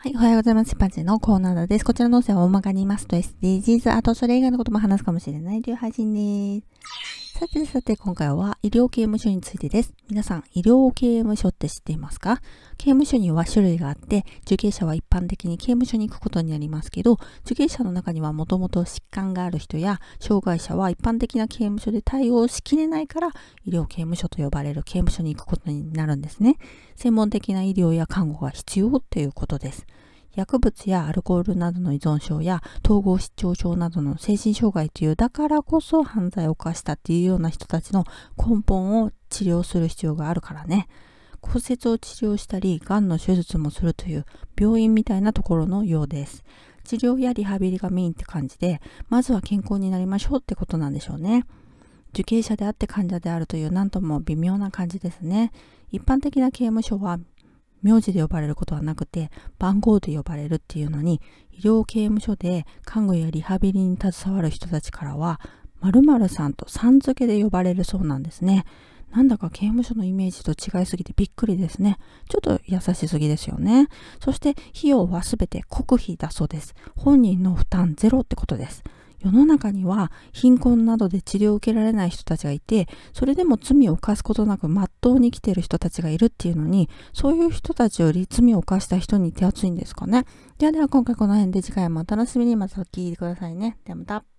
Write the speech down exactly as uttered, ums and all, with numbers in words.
はい、おはようございます。チンパンジーのコーナーです。こちらの音声は大まかに言いますと エスディージーズ、あとそれ以外のことも話すかもしれないという配信です。さてさて、今回は医療刑務所についてです。皆さん、医療刑務所って知っていますか？刑務所には種類があって、受刑者は一般的に刑務所に行くことになりますけど、受刑者の中にはもともと疾患がある人や、障害者は一般的な刑務所で対応しきれないから、医療刑務所と呼ばれる刑務所に行くことになるんですね。専門的な医療や看護が必要ということです。薬物やアルコールなどの依存症や統合失調症などの精神障害というだからこそ犯罪を犯したっていうような人たちの根本を治療する必要があるからね。骨折を治療したり、がんの手術もするという病院みたいなところのようです。治療やリハビリがメインって感じで、まずは健康になりましょうってことなんでしょうね。受刑者であって患者であるというなんとも微妙な感じですね。一般的な刑務所は名字で呼ばれることはなくて番号で呼ばれるっていうのに、医療刑務所で看護やリハビリに携わる人たちからは〇〇さんとさん付けで呼ばれるそうなんですね。なんだか刑務所のイメージと違いすぎてびっくりですね。ちょっと優しすぎですよね。そして費用はすべて国費だそうです。本人の負担ゼロってことです。世の中には貧困などで治療を受けられない人たちがいて、それでも罪を犯すことなく真っ当に生きている人たちがいるっていうのに、そういう人たちより罪を犯した人に手厚いんですかね。ではでは今回この辺で、次回もお楽しみに。また聞いてくださいね。ではまた。